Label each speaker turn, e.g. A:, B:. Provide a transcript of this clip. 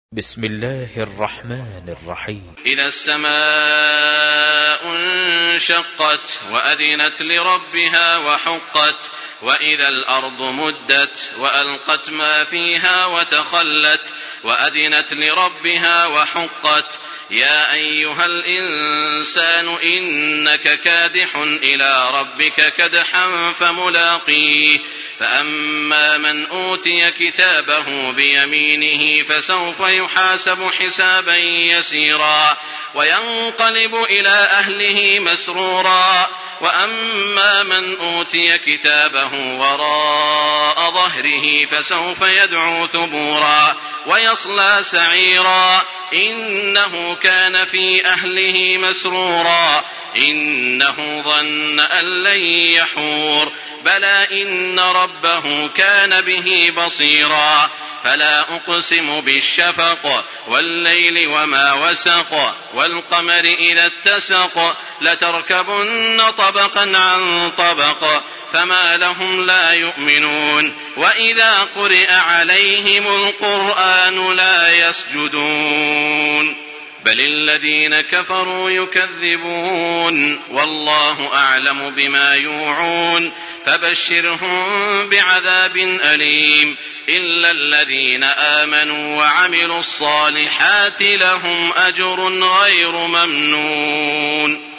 A: بسم الله الرحمن الرحيم.
B: إذا السماء انشقت وأذنت لربها وحقت وإذا الأرض مدت وألقت ما فيها وتخلت وأذنت لربها وحقت يا أيها الإنسان إنك كادح إلى ربك كدحا فملاقيه فأما من أوتي كتابه بيمينه فسوف يحاسب حسابا يسيرا وينقلب إلى أهله مسرورا وأما من أوتي كتابه وراء ظهره فسوف يدعو ثبورا ويصلى سعيرا إنه كان في أهله مسرورا إنه ظن أن لن يحور بلى إن ربه كان به بصيرا فلا أقسم بالشفق والليل وما وسق والقمر إذا اتسق لتركبن طبقا عن طبق فما لهم لا يؤمنون وإذا قرئ عليهم القرآن لا يسجدون بل الذين كفروا يكذبون والله أعلم بما يوعون فبشرهم بعذاب أليم إلا الذين آمنوا وعملوا الصالحات لهم أجر غير ممنون.